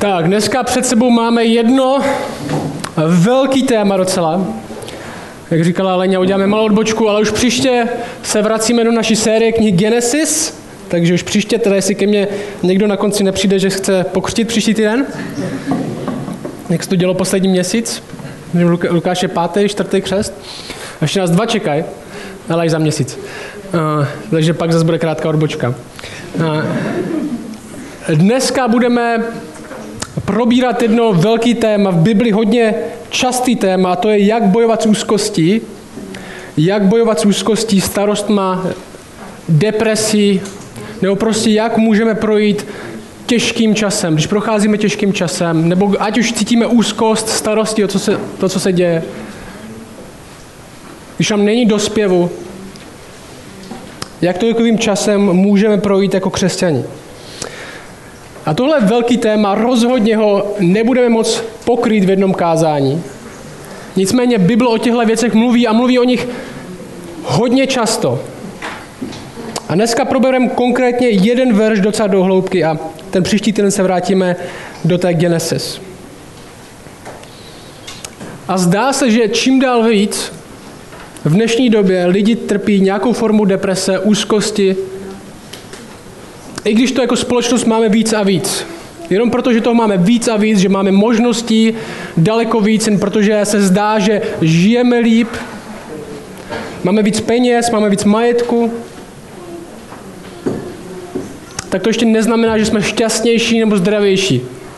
Tak, dneska před sebou máme jedno velký téma docela. Jak říkala Leňa, uděláme malou odbočku, ale už příště se vracíme do naší série knih Genesis, takže už příště, teda jestli ke mně někdo na konci nepřijde, že chce pokřtít příští týden, jak se to dělo poslední měsíc, Lukáš je 5., 4. křest, a ještě nás 2 čekají, ale až za měsíc. Takže pak zase bude krátká odbočka. Dneska budeme probírat jedno velký téma, v Bibli hodně častý téma, a to je, jak bojovat s úzkostí, starostma, depresí, nebo prostě jak můžeme projít těžkým časem, když procházíme těžkým časem, nebo ať už cítíme úzkost, starosti o to, co se děje. Když nám není do zpěvu, jak to takovým časem můžeme projít jako křesťani. A tohle je velký téma, rozhodně ho nebudeme moc pokrýt v jednom kázání. Nicméně Bible o těchto věcech mluví a mluví o nich hodně často. A dneska probereme konkrétně jeden verš docela do hloubky a ten příští týden se vrátíme do té Genesis. A zdá se, že čím dál víc v dnešní době lidi trpí nějakou formu deprese, úzkosti, i když to jako společnost máme víc a víc. Jenom proto, že toho máme víc a víc, že máme možností daleko víc, jen protože se zdá, že žijeme líp, máme víc peněz, máme víc majetku, tak to ještě neznamená, že jsme šťastnější nebo zdravější.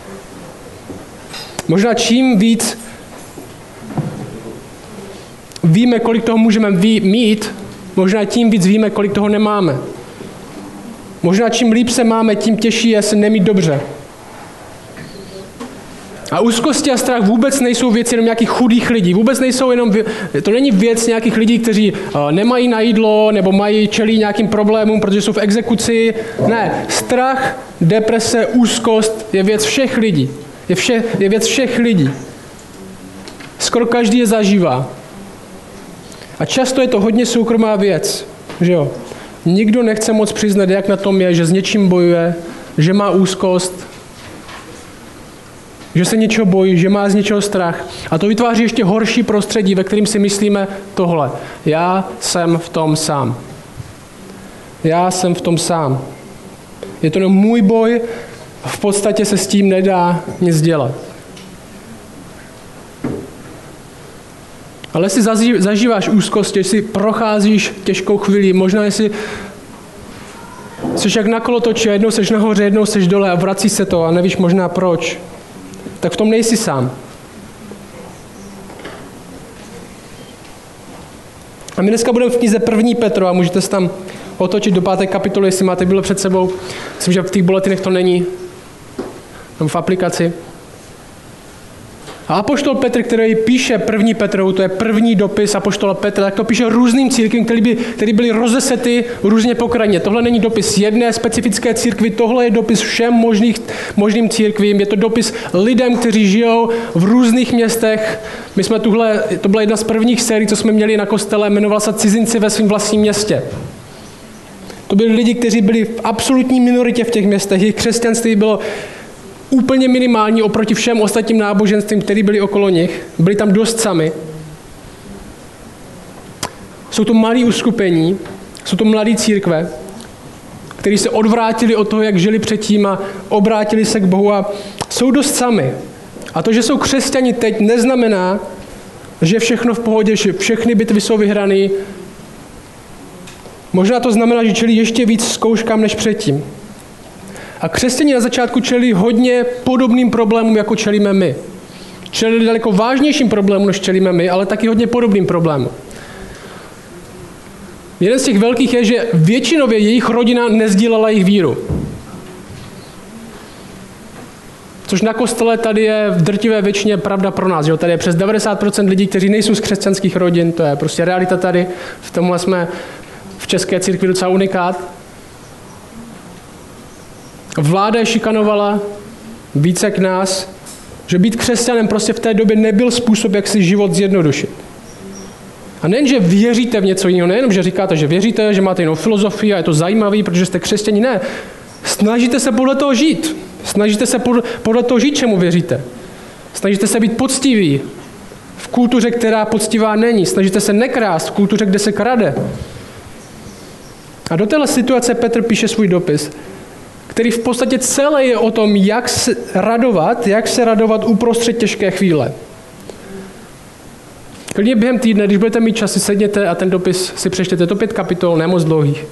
Možná čím víc víme, kolik toho můžeme mít, možná tím víc víme, kolik toho nemáme. Možná čím líp se máme, tím těžší je se nemít dobře. A úzkosti a strach vůbec nejsou věci jenom nějakých chudých lidí. Vůbec nejsou to není věc nějakých lidí, kteří nemají na jídlo nebo čelí nějakým problémům, protože jsou v exekuci. Ne, strach, deprese, úzkost je věc všech lidí. Je věc všech lidí. Skoro každý je zažívá. A často je to hodně soukromá věc, že jo? Nikdo nechce moc přiznat, jak na tom je, že s něčím bojuje, že má úzkost, že se něčeho bojí, že má z něčeho strach. A to vytváří ještě horší prostředí, ve kterém si myslíme tohle. Já jsem v tom sám. Já jsem v tom sám. Je to jenom můj boj, v podstatě se s tím nedá nic dělat. Ale jestli zažíváš úzkost, jestli procházíš těžkou chvíli, možná jestli jsi jak na kolotoči a jednou seš nahoře, jednou seš dole a vrací se to a nevíš možná proč, tak v tom nejsi sám. A my dneska budeme v knize 1. Petrova, můžete se tam otočit do 5. kapitoly, jestli máte Bible před sebou. Myslím, že v těch bulletinech to není, tam v aplikaci. A apoštol Petr, který píše 1. Petrovu, to je první dopis apoštola Petra, tak to píše různým církvím, které byly rozesety různě po krajině. Tohle není dopis jedné specifické církvi, tohle je dopis všem možným církvím, je to dopis lidem, kteří žijou v různých městech. To byla jedna z prvních sérií, co jsme měli na kostele, jmenovala se Cizinci ve svém vlastním městě. To byli lidi, kteří byli v absolutní minoritě v těch městech, jejich křesťanství bylo úplně minimální oproti všem ostatním náboženstvím, které byly okolo nich. Byli tam dost sami. Jsou to malí uskupení, jsou to mladí církve, kteří se odvrátili od toho, jak žili předtím a obrátili se k Bohu a jsou dost sami. A to, že jsou křesťani teď, neznamená, že je všechno v pohodě, že všechny bitvy jsou vyhrané. Možná to znamená, že čelí ještě víc zkouškám než předtím. A křesťané na začátku čelí hodně podobným problémům, jako čelíme my. Čelili daleko vážnějším problémům, než čelíme my, ale taky hodně podobným problémům. Jeden z těch velkých je, že většinově jejich rodina nezdílela jejich víru. Což na kostele tady je v drtivé většině pravda pro nás. Že? Tady je přes 90% lidí, kteří nejsou z křesťanských rodin, to je prostě realita tady. V tomhle jsme v české církvi docela unikát. Vláda je šikanovala více k nás, že být křesťanem prostě v té době nebyl způsob, jak si život zjednodušit. A nejen, že věříte v něco jiného, nejenom, že říkáte, že věříte, že máte jinou filozofii a je to zajímavý, protože jste křesťani, ne. Snažíte se podle toho žít. Snažíte se podle toho žít, čemu věříte. Snažíte se být poctiví v kultuře, která poctivá není. Snažíte se nekrást v kultuře, kde se krade. A do téhle situace Petr píše svůj dopis, který v podstatě celé je o tom, jak se radovat uprostřed těžké chvíle. Klidně během týdne, když budete mít čas, si sedněte a ten dopis si přečtěte. To 5 kapitol, nemoc dlouhých.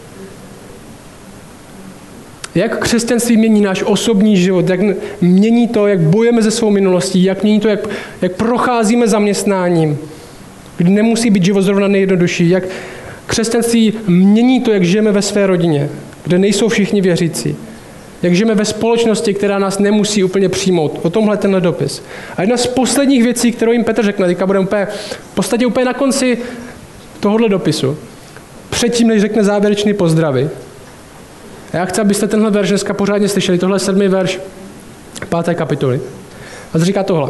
Jak křesťanství mění náš osobní život, jak mění to, jak bojujeme se svou minulostí, jak mění to, jak procházíme zaměstnáním, kdy nemusí být život zrovna nejjednodušší, jak křesťanství mění to, jak žijeme ve své rodině, kde nejsou všichni věřící, jak žijeme ve společnosti, která nás nemusí úplně přijmout. O tomhle tenhle dopis. A jedna z posledních věcí, kterou jim Petr řekne, teďka budeme v podstatě úplně na konci tohohle dopisu, předtím, než řekne závěrečný pozdravy. A já chci, abyste tenhle verš dneska pořádně slyšeli. Tohle je 7. verš 5. kapitoly. A říká tohle.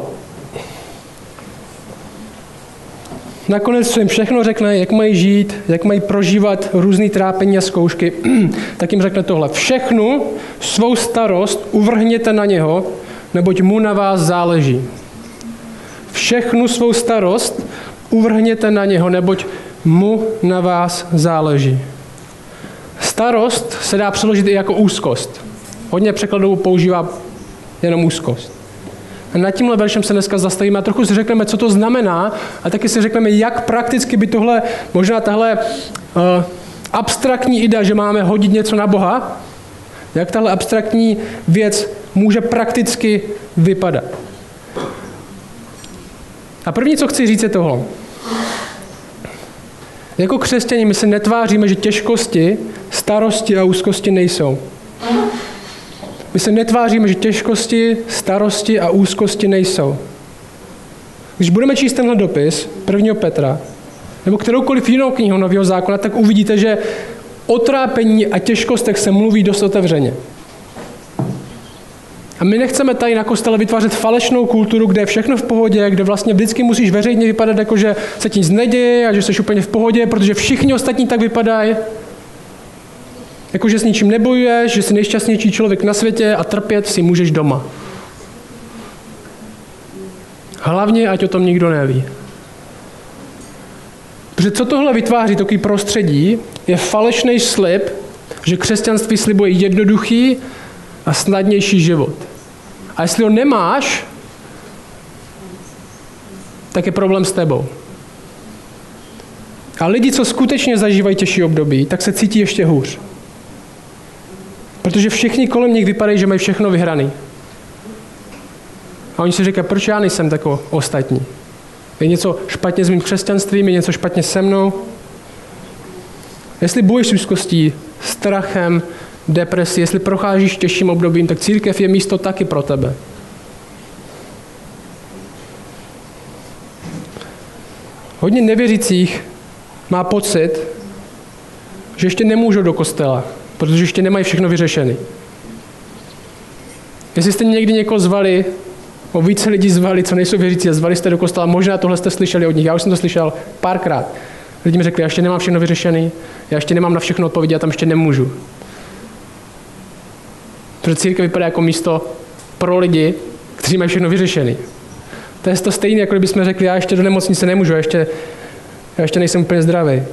Nakonec, co jim všechno řekne, jak mají žít, jak mají prožívat různý trápení a zkoušky, tak jim řekne tohle. Všechnu svou starost uvrhněte na něho, neboť mu na vás záleží. Všechnu svou starost uvrhněte na něho, neboť mu na vás záleží. Starost se dá přeložit i jako úzkost. Hodně překladů používá jenom úzkost. A nad tímhle veršem se dneska zastavíme a trochu si řekneme, co to znamená a taky si řekneme, jak prakticky by tohle, možná tahle abstraktní idea, že máme hodit něco na Boha, jak tahle abstraktní věc může prakticky vypadat. A první, co chci říct, je tohle. Jako křesťané my se netváříme, že těžkosti, starosti a úzkosti nejsou. My se netváříme, že těžkosti, starosti a úzkosti nejsou. Když budeme číst tenhle dopis 1. Petra, nebo kteroukoliv jinou knihu Nového zákona, tak uvidíte, že o trápení a těžkostech se mluví dost otevřeně. A my nechceme tady na kostele vytvářet falešnou kulturu, kde je všechno v pohodě, kde vlastně vždycky musíš veřejně vypadat jako, že se ti nic neděje a že jsi úplně v pohodě, protože všichni ostatní tak vypadají. Jako, že s ničím nebojuješ, že jsi nejšťastnější člověk na světě a trpět si můžeš doma. Hlavně, ať o tom nikdo neví. Protože co tohle vytváří, takový prostředí, je falešný slib, že křesťanství slibuje jednoduchý a snadnější život. A jestli ho nemáš, tak je problém s tebou. A lidi, co skutečně zažívají těžší období, tak se cítí ještě hůř. Protože všichni kolem nich vypadají, že mají všechno vyhraný. A oni si říkají, proč já nejsem takový ostatní? Je něco špatně s mým křesťanstvím, je něco špatně se mnou? Jestli bojuješ s úzkostí, strachem, depresí, jestli procházíš těžším obdobím, tak církev je místo taky pro tebe. Hodně nevěřících má pocit, že ještě nemůžou do kostela, protože ještě nemají všechno vyřešené. Jestli jste někdy někoho zvali, o více lidí zvali, co nejsou věřící, a zvali jste do kostela, možná tohle jste slyšeli od nich, já už jsem to slyšel párkrát. Lidi mi řekli, já ještě nemám všechno vyřešené, já ještě nemám na všechno odpovědi, já tam ještě nemůžu. Protože církev vypadá jako místo pro lidi, kteří mají všechno vyřešené. To je to stejné, jako kdybychom řekli, já ještě do nemocnice nemůžu, já ještě nejsem úplně zdravý.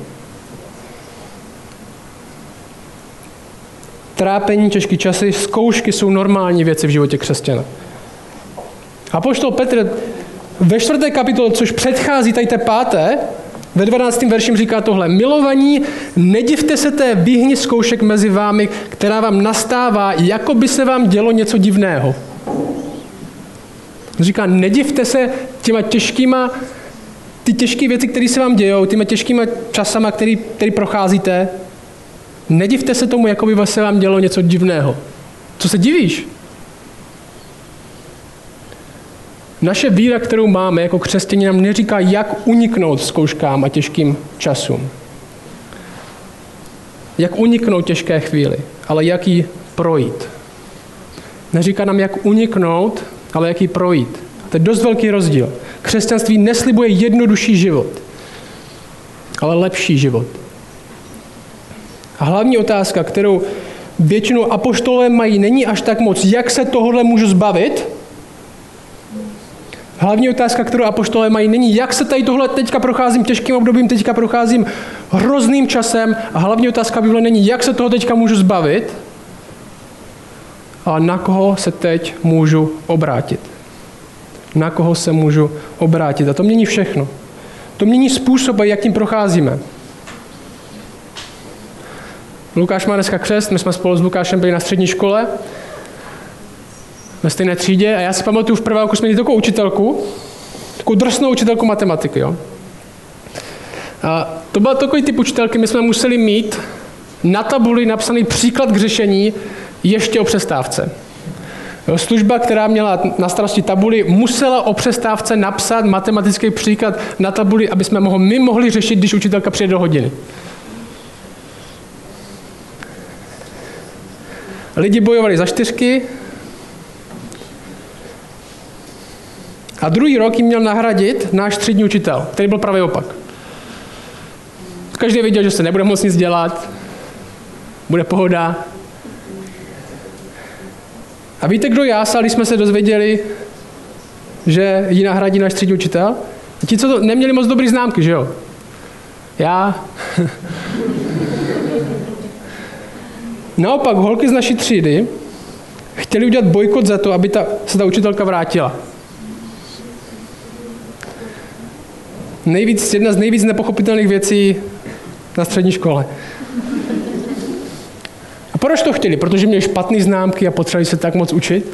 Trápení, těžké časy, zkoušky jsou normální věci v životě křesťana. Apoštol Petr ve 4. kapitole, což předchází tady té 5., ve 12. verším říká tohle. Milovaní, nedivte se té výhni zkoušek mezi vámi, která vám nastává, jako by se vám dělo něco divného. Říká, nedivte se těma těžkýma, ty těžké věci, které se vám dějou, těma těžkýma časama, který procházíte, nedivte se tomu, jako by se vám dělo něco divného. Co se divíš? Naše víra, kterou máme jako křesťané, nám neříká, jak uniknout zkouškám a těžkým časům. Jak uniknout těžké chvíli, ale jak jí projít. Neříká nám, jak uniknout, ale jak jí projít. To je dost velký rozdíl. Křesťanství neslibuje jednodušší život, ale lepší život. A hlavní otázka, kterou většinou apoštolové mají, není až tak moc, jak se tohohle můžu zbavit. Hlavní otázka, kterou apoštolové mají, není, jak se tady tohle teďka procházím těžkým obdobím, teďka procházím hrozným časem a hlavní otázka Bible není, jak se toho teďka můžu zbavit, ale na koho se teď můžu obrátit. Na koho se můžu obrátit. A to mění všechno. To mění způsob, jak tím procházíme. Lukáš má dneska křest, my jsme spolu s Lukášem byli na střední škole, ve stejné třídě a já si pamatuju, v prváku jsme měli takovou učitelku, takovou drsnou učitelku matematiky. Jo. A to byl takový typ učitelky, my jsme museli mít na tabuli napsaný příklad k řešení ještě o přestávce. Jo, služba, která měla na starosti tabuli, musela o přestávce napsat matematický příklad na tabuli, aby jsme my mohli řešit, když učitelka přijde do hodiny. Lidi bojovali za 4 a druhý rok jim měl nahradit náš třídní učitel, který byl pravý opak. Každý věděl, že se nebude moc nic dělat, bude pohoda. A víte, kdo jásal, když jsme se dozvěděli, že ji nahradí náš třídní učitel? Ti, co to neměli moc dobrý známky, že jo? Já. Naopak, holky z naší třídy chtěli udělat bojkot za to, aby se ta učitelka vrátila. Jedna z nejvíc nepochopitelných věcí na střední škole. A proč to chtěli? Protože měli špatné známky a potřebovali se tak moc učit?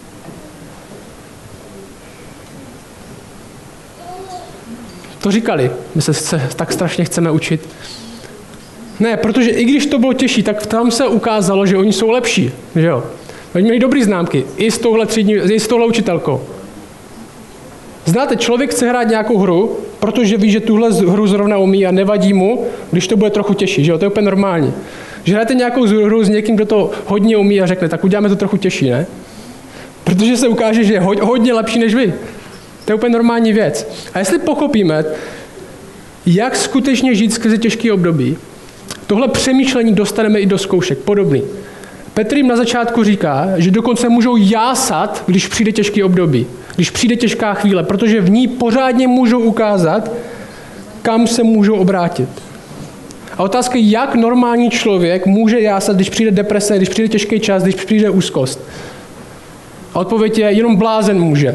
To říkali, my se tak strašně chceme učit. Ne, protože i když to bylo těžší, tak tam se ukázalo, že oni jsou lepší. Že jo? Oni měli dobrý známky, i s touhle učitelkou. Znáte, člověk chce hrát nějakou hru, protože ví, že tuhle hru zrovna umí a nevadí mu, když to bude trochu těžší. Že jo? To je úplně normální. Že hrajete nějakou hru s někým, kdo to hodně umí a řekne, tak uděláme to trochu těžší, ne? Protože se ukáže, že je hodně lepší než vy. To je úplně normální věc. A jestli pochopíme, jak skutečně žít skrze těžký období, tohle přemýšlení dostaneme i do zkoušek, podobný. Petr jim na začátku říká, že dokonce můžou jásat, když přijde těžký období, když přijde těžká chvíle, protože v ní pořádně můžou ukázat, kam se můžou obrátit. A otázka je, jak normální člověk může jásat, když přijde deprese, když přijde těžký čas, když přijde úzkost. A odpověď je, jenom blázen může.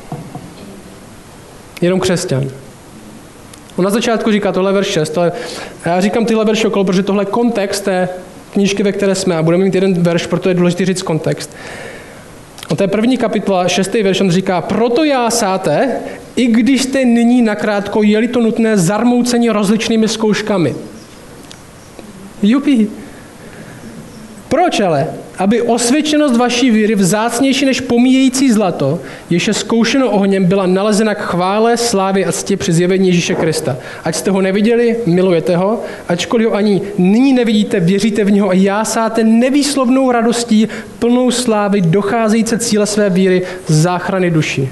Jenom křesťan. On na začátku říká tohle verš 6, ale já říkám tyhle verše okolo, protože tohle je kontext té knížky, ve které jsme a budeme mít jeden verš, proto je důležité říct kontext. A to je první kapitola, 6. verš, on říká, proto jásáte, i když jste nyní nakrátko, je-li to nutné, zarmouceni rozličnými zkouškami. Jupi. Proč ale? Aby osvědčenost vaší víry, vzácnější než pomíjející zlato, jež je zkoušeno ohněm, byla nalezena k chvále, slávě a cti při zjevení Ježíše Krista. Ať jste ho neviděli, milujete ho, ačkoliv ho ani nyní nevidíte, věříte v něho a jásáte nevýslovnou radostí, plnou slávy, docházející cíle své víry, záchrany duši.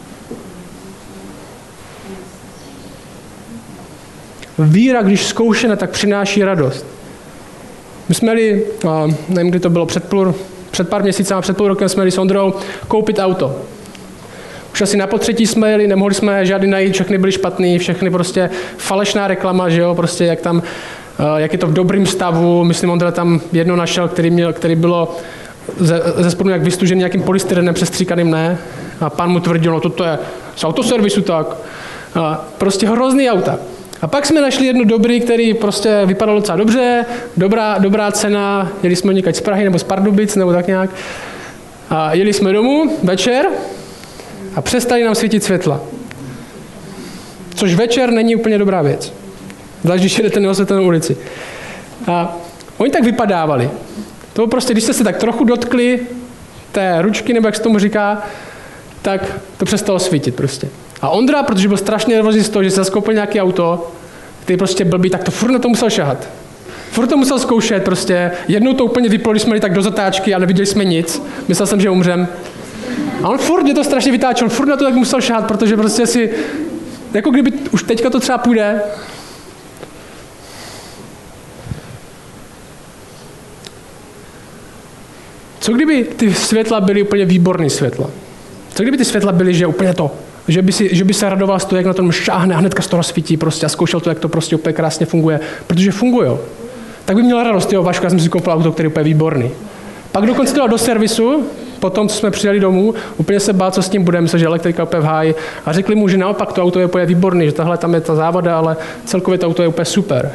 Víra, když zkoušena, tak přináší radost. My jsme jeli, nevím, kdy to bylo, před pár měsícami, před půl rokem jsme jeli s Ondrou koupit auto. Už asi na potřetí jsme jeli, nemohli jsme žádný najít, všechny byly špatný, všechny prostě falešná reklama, že jo, prostě jak je to v dobrém stavu. Myslím, Ondra tam jedno našel, který bylo ze spodu jak vystužen nějakým polystyrenem přestříkaným, ne. A pán mu tvrdil, no toto je z autoservisu tak. A prostě hrozný auta. A pak jsme našli jedno dobrý, který prostě vypadal docela dobře, dobrá cena, jeli jsme někať z Prahy nebo z Pardubic nebo tak nějak. A jeli jsme domů večer a přestali nám svítit světla. Což večer není úplně dobrá věc. Zvlášť, když jedete neosvětlenou ulici. A oni tak vypadávali. To prostě, když jste se tak trochu dotkli té ručky, nebo jak se tomu říká, tak to přestalo svítit prostě. A Ondra, protože byl strašně nervózní z toho, že se zaskoupil nějaký auto, který prostě blbý, tak to furt na to musel šahat. Furt to musel zkoušet prostě. Jednou to úplně vyplo, když jsme jeli tak do zatáčky a neviděli jsme nic. Myslel jsem, že umřem. A on furt mě to strašně vytáčel, furt na to tak musel šahat, protože prostě si, jako kdyby už teďka to třeba půjde. Co kdyby ty světla byly úplně výborný světla? Co kdyby ty světla byly, že úplně to, že by se radoval z toho, jak na tom šáhne a hnedka z toho rozsvítí prostě a zkoušel to, jak to prostě úplně krásně funguje, protože funguje. Tak by měl radost, jo, Vašku, já jsem si koupil auto, který je úplně výborný. Pak dokonce to dal do servisu, potom, co jsme přijeli domů, úplně se bál, co s tím bude, myslel, že elektrika úplně v háji a řekli mu, že naopak to auto je úplně výborný, že tahle tam je ta závada, ale celkově to auto je úplně super.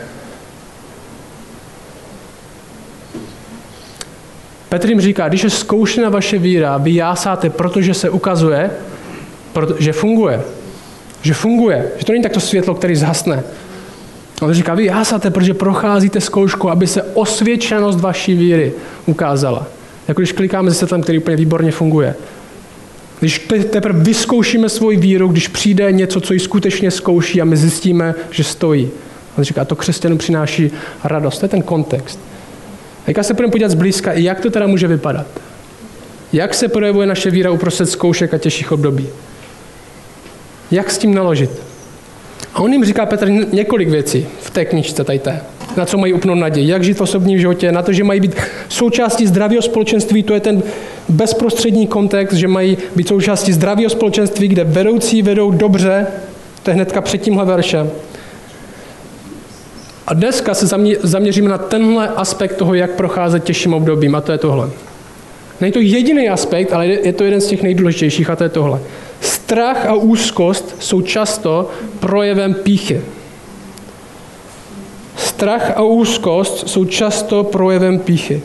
Petr jim říká, když je zkoušena vaše víra, vy jásáte, protože se ukazuje, že funguje. Že funguje. Že to není tak to světlo, který zhasne. On říká, vy jásáte, protože procházíte zkoušku, aby se osvědčenost vaší víry ukázala. Jako když klikáme se světlem, který úplně výborně funguje. Když teprve vyzkoušíme svoji víru, když přijde něco, co ji skutečně zkouší a my zjistíme, že stojí. On říká, to křesťanům přináší radost. To je ten kontext. Teďka se budeme podívat zblízka, jak to teda může vypadat. Jak se projevuje naše víra uprostřed zkoušek a těžších období. Jak s tím naložit. A on jim říká Petr několik věcí v té knížce tady té. Na co mají upnout naději. Jak žít v osobním životě, na to, že mají být součástí zdravého společenství, to je ten bezprostřední kontext, že mají být součástí zdravého společenství, kde vedoucí vedou dobře, to je hnedka před tímhle veršem. A dneska se zaměříme na tenhle aspekt toho, jak procházet těžším obdobím, a to je tohle. Není to jediný aspekt, ale je to jeden z těch nejdůležitějších, a to je tohle. Strach a úzkost jsou často projevem pýchy. Strach a úzkost jsou často projevem pýchy.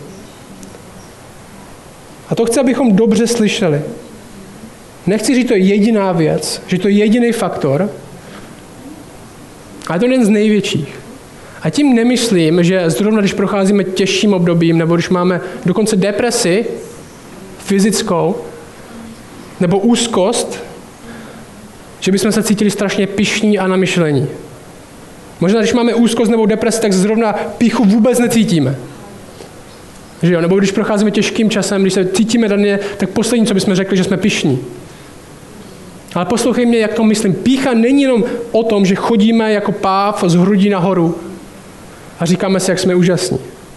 A to chci, abychom dobře slyšeli. Nechci říct, že to je jediná věc, že to je jediný faktor, ale to je jeden z největších. A tím nemyslím, že zrovna když procházíme těžším obdobím, nebo když máme dokonce depresi fyzickou, nebo úzkost, že bychom se cítili strašně pyšní a namyšlení. Možná, když máme úzkost nebo depresi, tak zrovna pýchu vůbec necítíme. Že jo? Nebo když procházíme těžkým časem, když se cítíme daně, tak poslední, co bychom řekli, že jsme pyšní. Ale poslouchej mě, jak to myslím. Pýcha není jenom o tom, že chodíme jako páv z hrudí nahoru a říkáme si, jak jsme úžasní.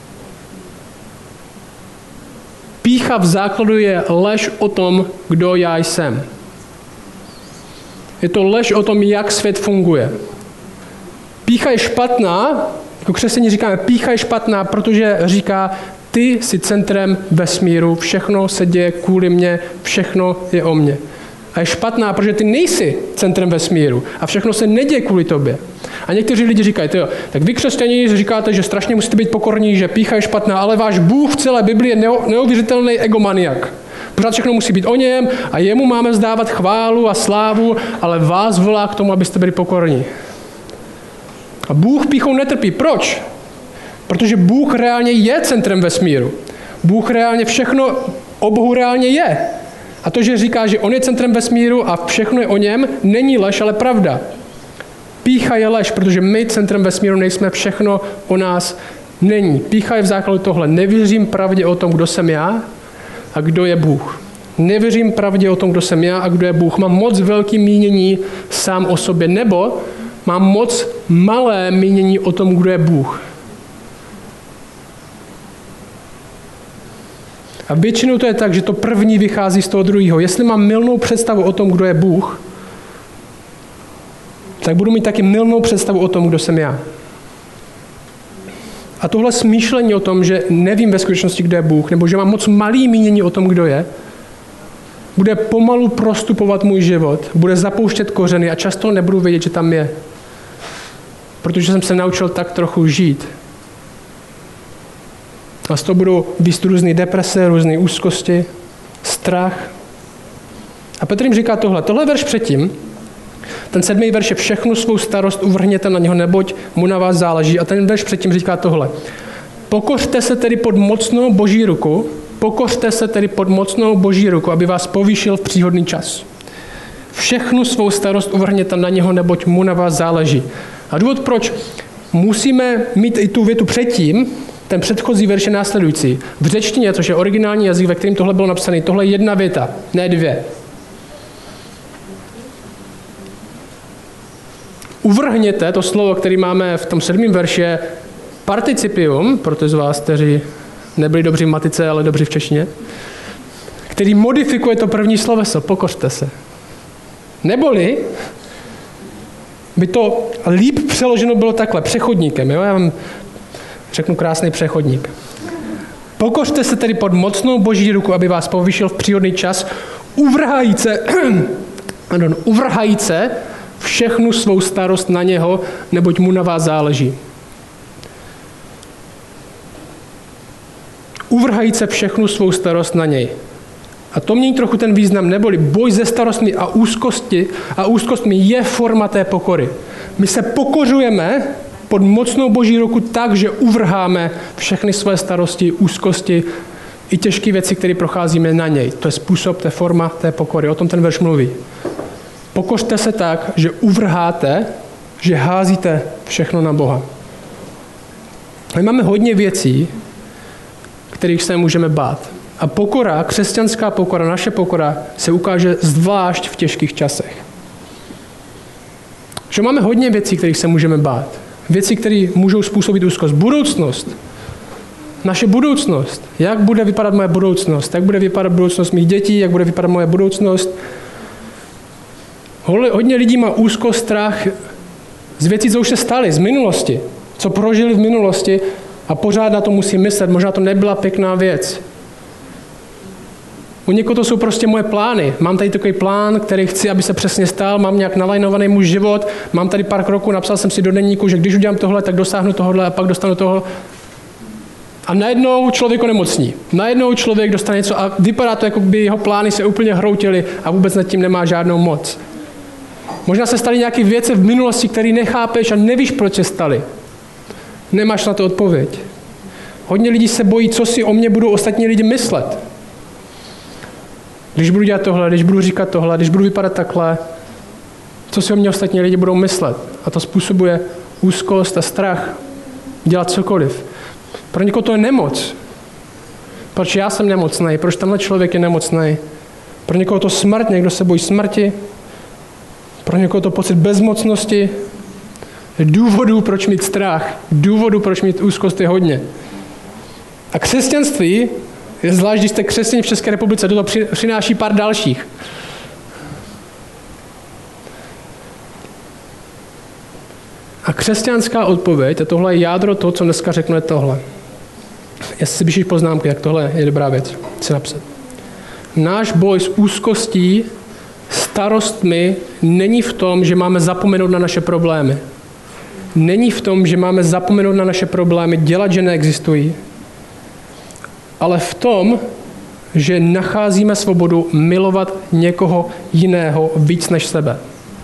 Pýcha v základu je lež o tom, kdo já jsem. Je to lež o tom, jak svět funguje. Pýcha je špatná, jako křesťané říkáme, pýcha je špatná, protože říká, ty jsi centrem vesmíru, všechno se děje kvůli mně, všechno je o mně. A je špatná, protože ty nejsi centrem vesmíru a všechno se neděje kvůli tobě. A někteří lidi říkají, tyjo, tak vy křesťané říkáte, že strašně musíte být pokorní, že pýcha je špatná, ale váš Bůh v celé Biblii je neuvěřitelný egomaniak. Pořád všechno musí být o něm a jemu máme vzdávat chválu a slávu, ale vás volá k tomu, abyste byli pokorní. A Bůh pýchou netrpí. Proč? Protože Bůh reálně je centrem vesmíru. Bůh reálně všechno o Bohu reálně je. A to, že říká, že on je centrem vesmíru a všechno je o něm, není lež, ale pravda. Pýcha je lež, protože my centrem vesmíru nejsme, všechno o nás není. Pýcha je v základu tohle. Nevěřím pravdě o tom, kdo jsem já a kdo je Bůh. Nevěřím pravdě o tom, kdo jsem já a kdo je Bůh. Mám moc velký mínění sám o sobě, nebo mám moc malé mínění o tom, kdo je Bůh. A většinou to je tak, že to první vychází z toho druhého. Jestli mám mylnou představu o tom, kdo je Bůh, tak budu mít taky mylnou představu o tom, kdo jsem já. A tohle smýšlení o tom, že nevím ve skutečnosti, kdo je Bůh, nebo že mám moc malý mínění o tom, kdo je, bude pomalu prostupovat můj život, bude zapouštět kořeny a často nebudu vědět, že tam je. Protože jsem se naučil tak trochu žít. A z toho budou výst různé deprese, různé úzkosti, strach. A Petr jim říká tohle. Tohle je verš předtím. Ten 7. verš je všechnu svou starost uvrhněte na něho, neboť mu na vás záleží. A ten verš předtím říká tohle. Pokořte se tedy pod mocnou Boží ruku, aby vás povýšil v příhodný čas. Všechnu svou starost uvrhněte na něho, neboť mu na vás záleží. A důvod, proč musíme mít i tu větu předtím, ten předchozí verš je následující. V řečtině, což je originální jazyk, ve kterém tohle bylo napsané, tohle je jedna věta, ne dvě. Uvrhněte, to slovo, které máme v tom 7. verši, je participium, pro ty z vás, kteří nebyli dobří v matice, ale dobří v češtině, který modifikuje to první sloveso, pokořte se. Neboli by to líp přeloženo bylo takhle, přechodníkem. Jo? Já vám řeknu krásný přechodník. Pokořte se tedy pod mocnou boží ruku, aby vás povýšil v příhodný čas, uvrhajíce všechnu svou starost na něho, neboť mu na vás záleží. Uvrhajíce všechnu svou starost na něj. A to mění trochu ten význam, neboli boj se starostmi a úzkostmi je forma té pokory. My se pokořujeme pod mocnou boží ruku tak, že uvrháme všechny své starosti, úzkosti i těžké věci, které procházíme na něj. To je způsob, to je forma té pokory. O tom ten verš mluví. Pokořte se tak, že uvrháte, že házíte všechno na Boha. My máme hodně věcí, kterých se můžeme bát. A pokora, křesťanská pokora, naše pokora se ukáže zvlášť v těžkých časech. Že máme hodně věcí, kterých se můžeme bát. Věci, které můžou způsobit úzkost. Budoucnost. Naše budoucnost. Jak bude vypadat moje budoucnost? Jak bude vypadat budoucnost mých dětí? Jak bude vypadat moje budoucnost? Hodně lidí má úzkost, strach z věcí, co už se staly, z minulosti. Co prožili v minulosti a pořád na to musí myslet. Možná to nebyla pěkná věc. U někoho to jsou prostě moje plány. Mám tady takový plán, který chci, aby se přesně stal, mám nějak nalajnovaný můj život, mám tady pár kroků, napsal jsem si do deníku, že když udělám tohle, tak dosáhnu tohle a pak dostanu toho. A najednou člověk onemocní. Najednou člověk dostane něco a vypadá to, jako by jeho plány se úplně hroutily a vůbec nad tím nemá žádnou moc. Možná se staly nějaké věci v minulosti, které nechápeš a nevíš, proč se staly. Nemáš na to odpověď. Hodně lidí se bojí, co si o mě budou ostatní lidi myslet. Když budu dělat tohle, když budu říkat tohle, když budu vypadat takhle, co si o mě ostatní lidi budou myslet. A to způsobuje úzkost a strach dělat cokoliv. Pro někoho to je nemoc. Proč já jsem nemocný? Proč tenhle člověk je nemocný? Pro někoho to smrt, někdo se bojí smrti. Pro někoho to pocit bezmocnosti. Důvodů, proč mít strach. Důvodů, proč mít úzkost je hodně. A křesťanství, zvlášť když jste křesťané v České republice, to přináší pár dalších. A křesťanská odpověď, a tohle je jádro toho, co dneska řeknu, je tohle. Jestli si píšeš poznámky, jak tohle je dobrá věc, si napsat. Náš boj s úzkostí, starostmi není v tom, že máme zapomenout na naše problémy. Není v tom, že máme zapomenout na naše problémy, dělat, že neexistují, ale v tom, že nacházíme svobodu milovat někoho jiného víc než sebe.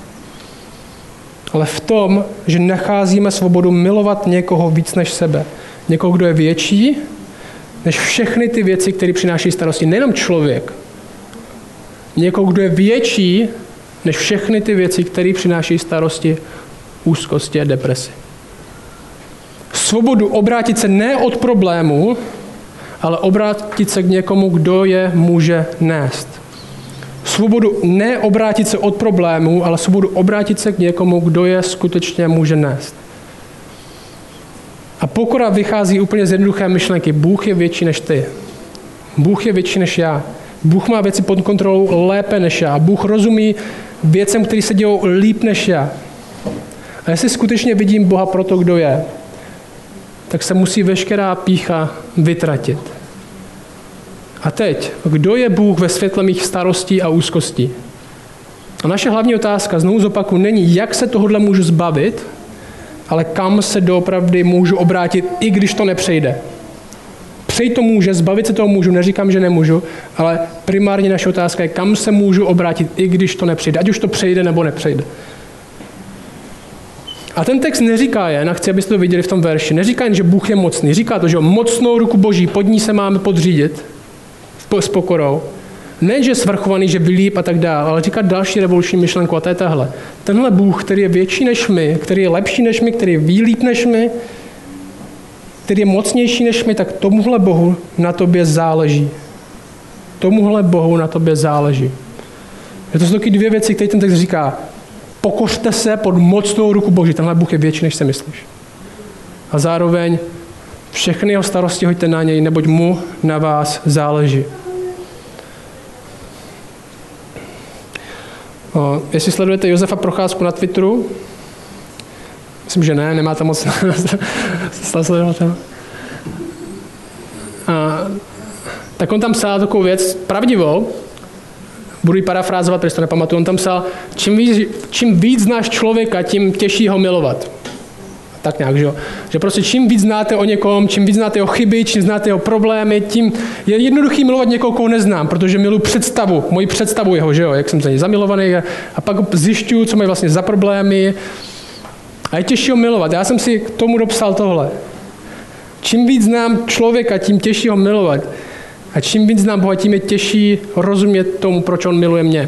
Ale v tom, že nacházíme svobodu milovat někoho víc než sebe. Někoho, kdo je větší než všechny ty věci, které přináší starosti. Nejenom člověk. Někoho, kdo je větší než všechny ty věci, které přináší starosti, úzkosti a depresi. Svobodu obrátit se ne od problému, ale obrátit se k někomu, kdo je může nést. Svobodu ne obrátit se od problémů, ale svobodu obrátit se k někomu, kdo je skutečně může nést. A pokora vychází úplně z jednoduché myšlenky. Bůh je větší než ty. Bůh je větší než já. Bůh má věci pod kontrolou lépe než já. Bůh rozumí věcem, které se dějou líp než já. A jestli skutečně vidím Boha pro to, kdo je, tak se musí veškerá pýcha vytratit. A teď, kdo je Bůh ve světle mých starostí a úzkostí? A naše hlavní otázka, znovu zopakuju, není, jak se tohohle můžu zbavit, ale kam se doopravdy můžu obrátit, i když to nepřejde. Přejít to může, zbavit se toho můžu, neříkám, že nemůžu, ale primárně naše otázka je, kam se můžu obrátit, i když to nepřejde, ať už to přejde nebo nepřejde. A ten text neříká jen, a chci, abyste to viděli v tom verši, neříká jen, že Bůh je mocný, říká to, že mocnou ruku Boží, pod ní se máme podřídit s pokorou. Ne, že je svrchovaný, že vylíp a tak dále, ale říká další revoluční myšlenku a to je tahle. Tenhle Bůh, který je větší než my, který je lepší než my, který je líp než my, který je mocnější než my, tak tomuhle Bohu na tobě záleží. Tomuhle Bohu na tobě záleží. Je to jsou taky dvě věci, které ten text říká. Pokořte se pod mocnou ruku Boží. Tenhle Bůh je větší, než si myslíš. A zároveň Všechny jeho starosti hoďte na něj, neboť mu na vás záleží. Jestli sledujete Josefa Procházku na Twitteru, myslím, že ne, nemáte moc sledovat. Tak on tam psal takovou věc, pravdivou, budu ji parafrázovat, protože to nepamatuju, on tam psal, čím víc znáš člověka, tím těžší ho milovat. Tak nějak, že jo? Že prostě čím víc znáte o někom, čím víc znáte jeho chyby, čím znáte jeho problémy, tím je jednoduchý milovat někoho, koho neznám, protože miluji moji představu jeho, že jo? Jak jsem za něj zamilovaný a pak zjišťuju, co mají vlastně za problémy a je těžší ho milovat. Já jsem si k tomu dopsal tohle. Čím víc znám člověka, tím těžší ho milovat. A čím víc znám Boha, tím je těžší rozumět tomu, proč on miluje mě.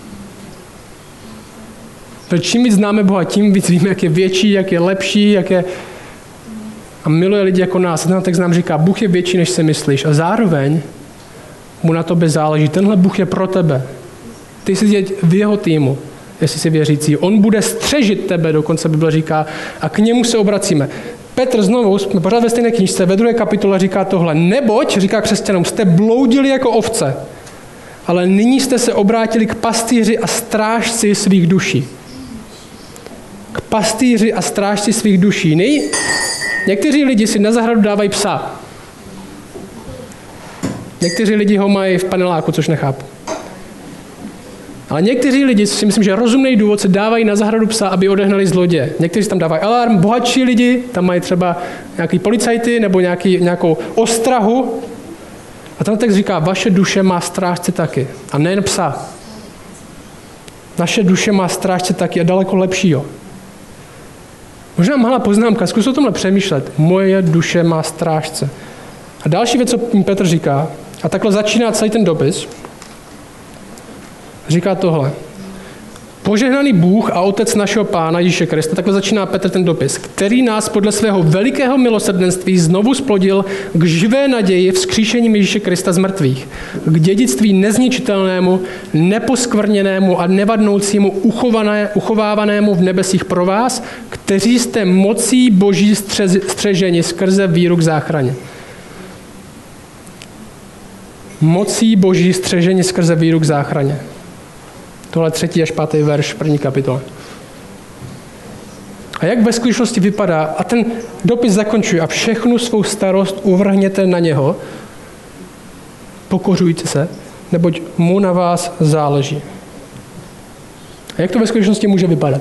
Protože čím víc známe Boha, tím víc víme, jak je větší, jak je lepší, jak je... A miluje lidi jako nás. A ten text nám říká, Bůh je větší, než si myslíš. A zároveň mu na tobě záleží. Tenhle Bůh je pro tebe. Ty jsi teď v jeho týmu, jestli jsi věřící. On bude střežit tebe, dokonce Bible říká, a k němu se obracíme. Petr znovu, jsme pořád ve stejné knížce, ve 2. kapitole říká tohle. Neboť, říká křesťanům, jste bloudili jako ovce, ale nyní jste se obrátili k pastýři a strážci svých duší. K pastýři a strážci svých duší. Někteří lidi si na zahradu dávají psa. Někteří lidi ho mají v paneláku, což nechápu. Ale někteří lidi si myslím, že rozumný důvod se dávají na zahradu psa, aby odehnali zloděje. Někteří tam dávají alarm, bohatší lidi, tam mají třeba nějaký policajty nebo nějakou ostrahu. A ten text říká, vaše duše má strážce taky. A nejen psa. Naše duše má strážce taky a daleko lepšího. Možná malá poznámka, zkus o tomhle přemýšlet. Moje duše má strážce. A další věc, co Petr říká, a takhle začíná celý ten dopis, říká tohle. Požehnaný Bůh a Otec našeho Pána Ježíše Krista, takhle začíná Petr ten dopis, který nás podle svého velikého milosrdenství znovu splodil k živé naději vzkříšením Ježíše Krista z mrtvých, k dědictví nezničitelnému, neposkvrněnému a nevadnoucímu, uchovávanému v nebesích pro vás, kteří jste mocí Boží střeženi skrze víru k záchraně. Mocí Boží střeženi skrze víru k záchraně. Tohle 3. až 5. verš 1. kapitole. A jak ve skutečnosti vypadá, a ten dopis zakončuje, a všechnu svou starost uvrhněte na něho, pokořujte se, neboť mu na vás záleží. A jak to ve skutečnosti může vypadat?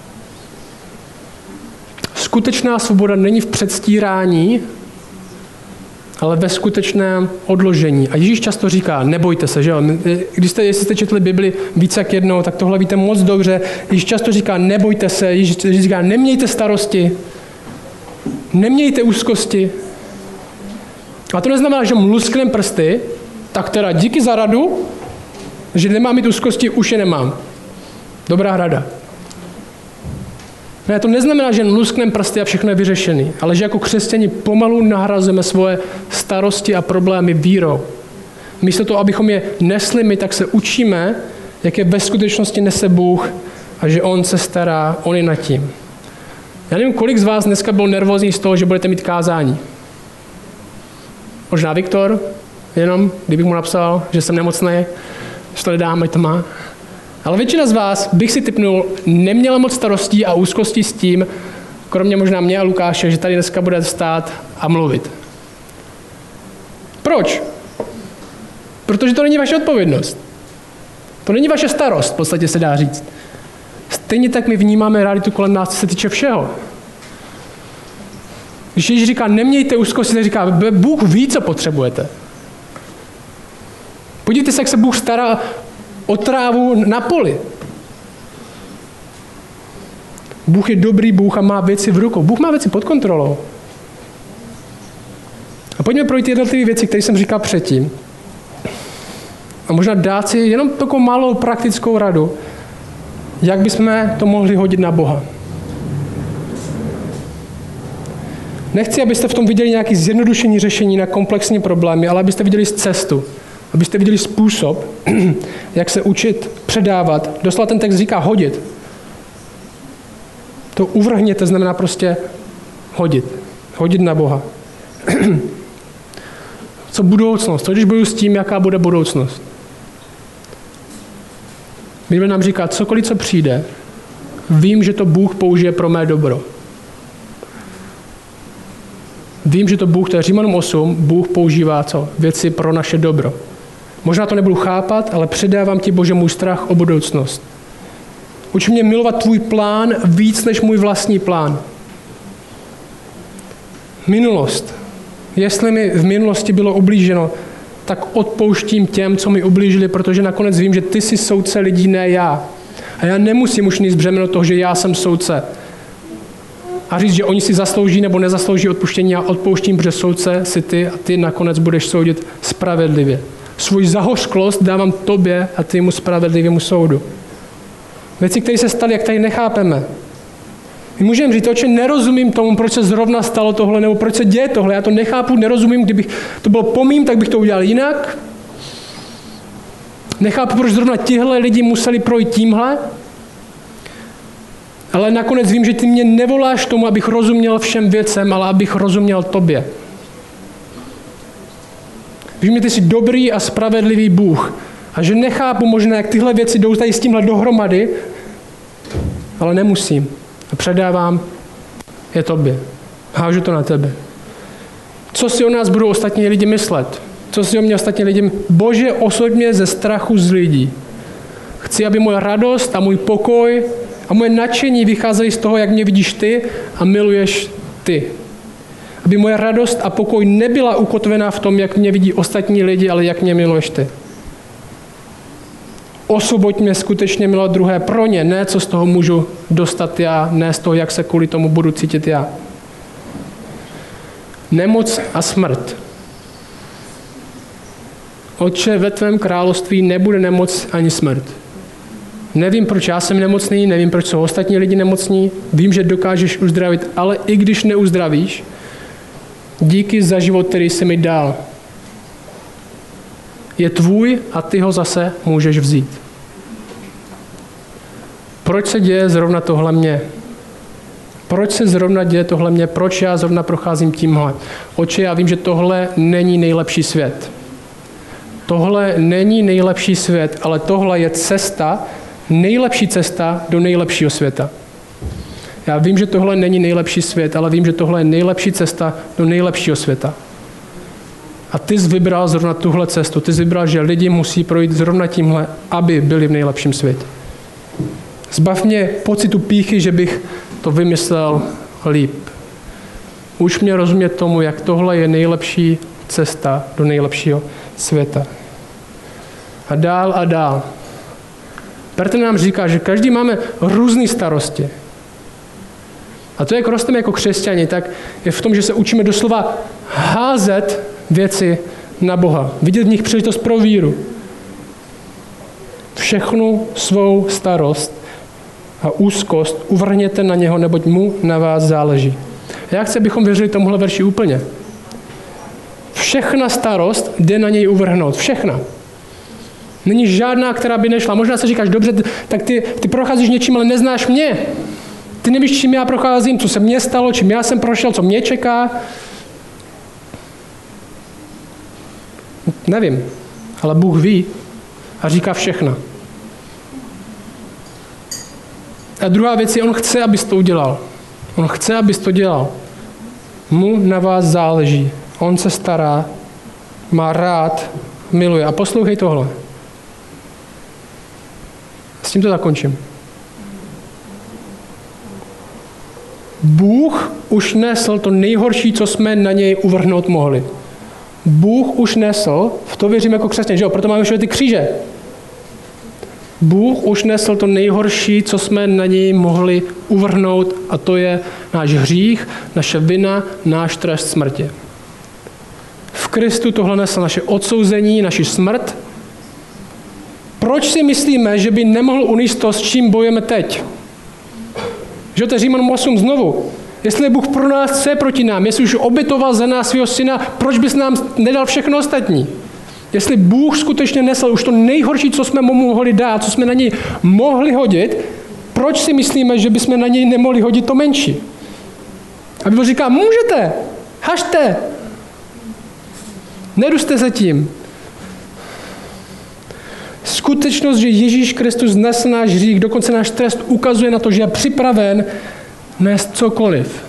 Skutečná svoboda není v předstírání, ale ve skutečném odložení. A Ježíš často říká, nebojte se, že jo? Jestli jste četli Bibli více jak jednou, tak tohle víte moc dobře. Ježíš často říká, nebojte se, Ježíš říká, nemějte starosti, nemějte úzkosti. A to neznamená, že mlusknem prsty, tak teda díky za radu, že nemám mít úzkosti, už je nemám. Dobrá rada. Ne, to neznamená, že luskneme prsty a všechno je vyřešený, ale že jako křesťani pomalu nahrazujeme svoje starosti a problémy vírou. Místo toho, abychom je nesli my, tak se učíme, jak je ve skutečnosti nese Bůh a že On se stará, On je nad tím. Já nevím, kolik z vás dneska bylo nervózní z toho, že budete mít kázání. Možná Viktor, jenom, kdybych mu napsal, že jsem nemocný, že to nedám, ať to má. Ale většina z vás, bych si tipnul, neměla moc starostí a úzkostí s tím, kromě možná mě a Lukáše, že tady dneska bude stát a mluvit. Proč? Protože to není vaše odpovědnost. To není vaše starost, v podstatě se dá říct. Stejně tak my vnímáme realitu kolem nás, co se týče všeho. Když Ježíš říká, nemějte úzkosti, tak říká, Bůh ví, co potřebujete. Podívejte se, jak se Bůh stará o trávu na poli. Bůh je dobrý Bůh a má věci v rukou. Bůh má věci pod kontrolou. A pojďme projít jednotlivé věci, které jsem říkal předtím. A možná dát si jenom takovou malou praktickou radu, jak bychom to mohli hodit na Boha. Nechci, abyste v tom viděli nějaké zjednodušení řešení na komplexní problémy, ale abyste viděli cestu. Abyste viděli způsob, jak se učit, předávat. Doslova ten text říká hodit. To uvrhněte znamená prostě hodit. Hodit na Boha. Co budoucnost? Co když budu s tím, jaká bude budoucnost? Bible nám říká, cokoliv, co přijde, vím, že to Bůh použije pro mé dobro. Vím, že to Bůh, to je Římanům 8, Bůh používá co? Věci pro naše dobro. Možná to nebudu chápat, ale předávám ti, Bože, můj strach o budoucnost. Uč mě milovat tvůj plán víc než můj vlastní plán. Minulost. Jestli mi v minulosti bylo ublíženo, tak odpouštím těm, co mi ublížili, protože nakonec vím, že ty jsi soudce lidí, ne já. A já nemusím už nést břemeno toho, že já jsem soudce. A říct, že oni si zaslouží nebo nezaslouží odpuštění, já odpouštím, protože soudce si ty a ty nakonec budeš soudit spravedlivě. Svůj zahořklost dávám tobě a ty mu spravedlivému soudu. Věci, které se staly, jak tady nechápeme. My můžeme říct, oče, nerozumím tomu, proč se zrovna stalo tohle, nebo proč se děje tohle. Já to nechápu, nerozumím, kdybych to bylo po mým, tak bych to udělal jinak. Nechápu, proč zrovna tihle lidi museli projít tímhle. Ale nakonec vím, že ty mě nevoláš tomu, abych rozuměl všem věcem, ale abych rozuměl tobě. Vím, že ty jsi dobrý a spravedlivý Bůh. A že nechápu možná, jak tyhle věci jdou tady s tímhle dohromady, ale nemusím. A předávám je tobě. Hážu to na tebe. Co si o nás budou ostatní lidi myslet? Co si o mě ostatní lidi? Bože, osoď mě ze strachu z lidí. Chci, aby moje radost a můj pokoj a moje nadšení vycházely z toho, jak mě vidíš ty a miluješ ty. Aby moje radost a pokoj nebyla ukotvená v tom, jak mě vidí ostatní lidi, ale jak mě miluješ ty. Osvoboď mě skutečně milovat druhé pro ně, ne co z toho můžu dostat já, ne z toho, jak se kvůli tomu budu cítit já. Nemoc a smrt. Otče, ve tvém království nebude nemoc ani smrt. Nevím, proč já jsem nemocný, nevím, proč jsou ostatní lidi nemocní, vím, že dokážeš uzdravit, ale i když neuzdravíš, díky za život, který jsi mi dal. Je tvůj a ty ho zase můžeš vzít. Proč se děje zrovna tohle mně? Proč se zrovna děje tohle mně? Proč já zrovna procházím tímhle? Oče, já vím, že tohle není nejlepší svět. Tohle není nejlepší svět, ale tohle je cesta, nejlepší cesta do nejlepšího světa. Já vím, že tohle není nejlepší svět, ale vím, že tohle je nejlepší cesta do nejlepšího světa. A ty jsi vybral zrovna tuhle cestu. Ty jsi vybral, že lidi musí projít zrovna tímhle, aby byli v nejlepším světě. Zbav mě pocitu pýchy, že bych to vymyslel líp. Uč mě rozumět tomu, jak tohle je nejlepší cesta do nejlepšího světa. A dál a dál. Petr nám říká, že každý máme různé starosti. A to, jak rosteme jako křesťani, tak je v tom, že se učíme doslova házet věci na Boha. Vidět v nich příležitost pro víru. Všechnu svou starost a úzkost uvrhněte na něho, neboť mu na vás záleží. Já chci, abychom věřili tomuhle verši úplně. Všechna starost jde na něj uvrhnout. Všechna. Není žádná, která by nešla. Možná se říkáš, dobře, tak ty procházíš něčím, ale neznáš mě. Ty nevíš, čím já procházím, co se mně stalo, čím já jsem prošel, co mě čeká. Nevím, ale Bůh ví a říká všechno. A druhá věc je, on chce, abys to udělal. On chce, abys to dělal. Mu na vás záleží. On se stará, má rád, miluje. A poslouchej tohle. S tím to zakončím. Bůh už nesl to nejhorší, co jsme na něj uvrhnout mohli. Bůh už nesl, v to věřím jako křesťan, že jo? Proto máme všude ty kříže. Bůh už nesl to nejhorší, co jsme na něj mohli uvrhnout, a to je náš hřích, naše vina, náš trest smrti. V Kristu tohle nesl naše odsouzení, naši smrt. Proč si myslíme, že by nemohl unést to, s čím bojujeme teď? Že to je Římanům 8 znovu. Jestli je Bůh pro nás, co je proti nám? Jestli už obětoval za nás svého syna, proč bys nám nedal všechno ostatní? Jestli Bůh skutečně nesl už to nejhorší, co jsme mu mohli dát, co jsme na něj mohli hodit, proč si myslíme, že bychom na něj nemohli hodit to menší? A Bible říká, můžete, hažte, Neduste se tím. Skutečnost, že Ježíš Kristus nesl náš hřích, dokonce náš trest, ukazuje na to, že je připraven nést cokoliv.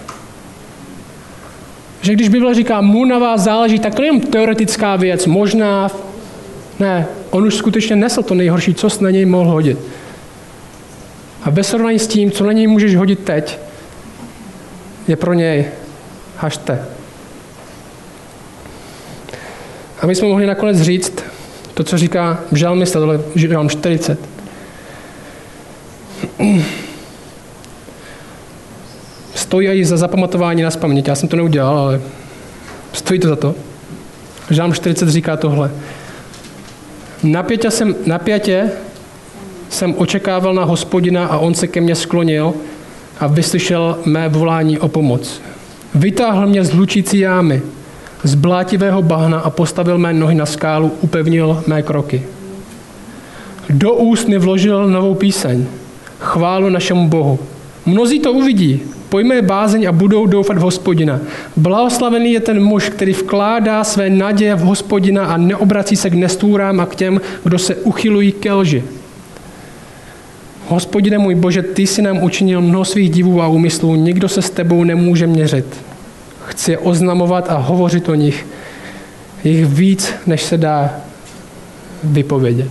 Že když Bible říká, mu na vás záleží, tak to není teoretická věc, možná. Ne, on už skutečně nesl to nejhorší, co jsi na něj mohl hodit. A ve srovnání s tím, co na něj můžeš hodit teď, je pro něj hažte. A my jsme mohli nakonec říct to, co říká žalmista, tohle žalm 40. Stojí i za zapamatování na vzpaměť. Já jsem to neudělal, ale stojí to za to. Žalm 40 říká tohle. Napjatě jsem očekával na Hospodina a on se ke mně sklonil a vyslyšel mé volání o pomoc. Vytáhl mě z hlučící jámy, z blátivého bahna a postavil mé nohy na skálu, upevnil mé kroky. Do úst mi vložil novou píseň, chválu našemu Bohu. Mnozí to uvidí, pojme bázeň a budou doufat v Hospodina. Blahoslavený je ten muž, který vkládá své naděje v Hospodina a neobrací se k nestůrám a k těm, kdo se uchylují ke lži. Hospodine můj Bože, ty jsi nám učinil mnoho svých divů a úmyslů, nikdo se s tebou nemůže měřit. Chci je oznamovat a hovořit o nich. Jich víc, než se dá vypovědět.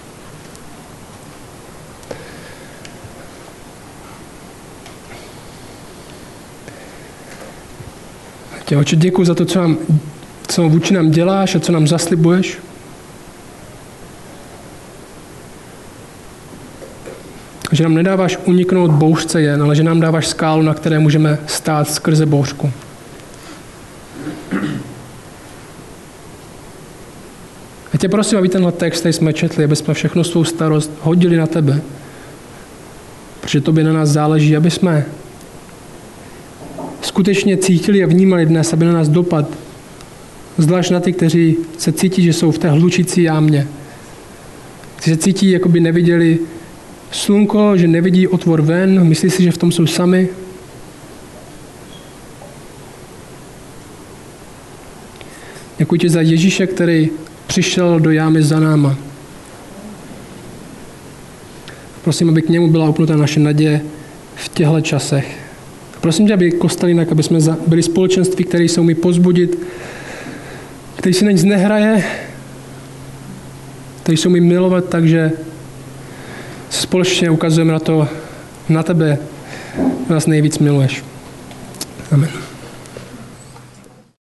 Tě, Otče, děkuji za to, co vůči nám děláš a co nám zaslibuješ. Že nám nedáváš uniknout bouřce jen, ale že nám dáváš skálu, na které můžeme stát skrze bouřku. A tě prosím, aby tenhle text, který jsme četli, aby jsme všechno svou starost hodili na tebe. Protože tobě na nás záleží, aby jsme skutečně cítili a vnímali dnes, aby na nás dopad. Zvlášť na ty, kteří se cítí, že jsou v té hlučící jámě. Kteří se cítí, jako by neviděli slunko, že nevidí otvor ven, myslí si, že v tom jsou sami. Děkuji ti za Ježíše, který přišel do jámy za náma. Prosím, aby k němu byla upnuta naše naděje v těchto časech. Prosím tě, aby kostelínek, aby jsme byli společenství, které se umí pozbudit, který si na nic nehraje, který se umí milovat, takže společně ukazujeme na to, na tebe nás nejvíc miluješ. Amen.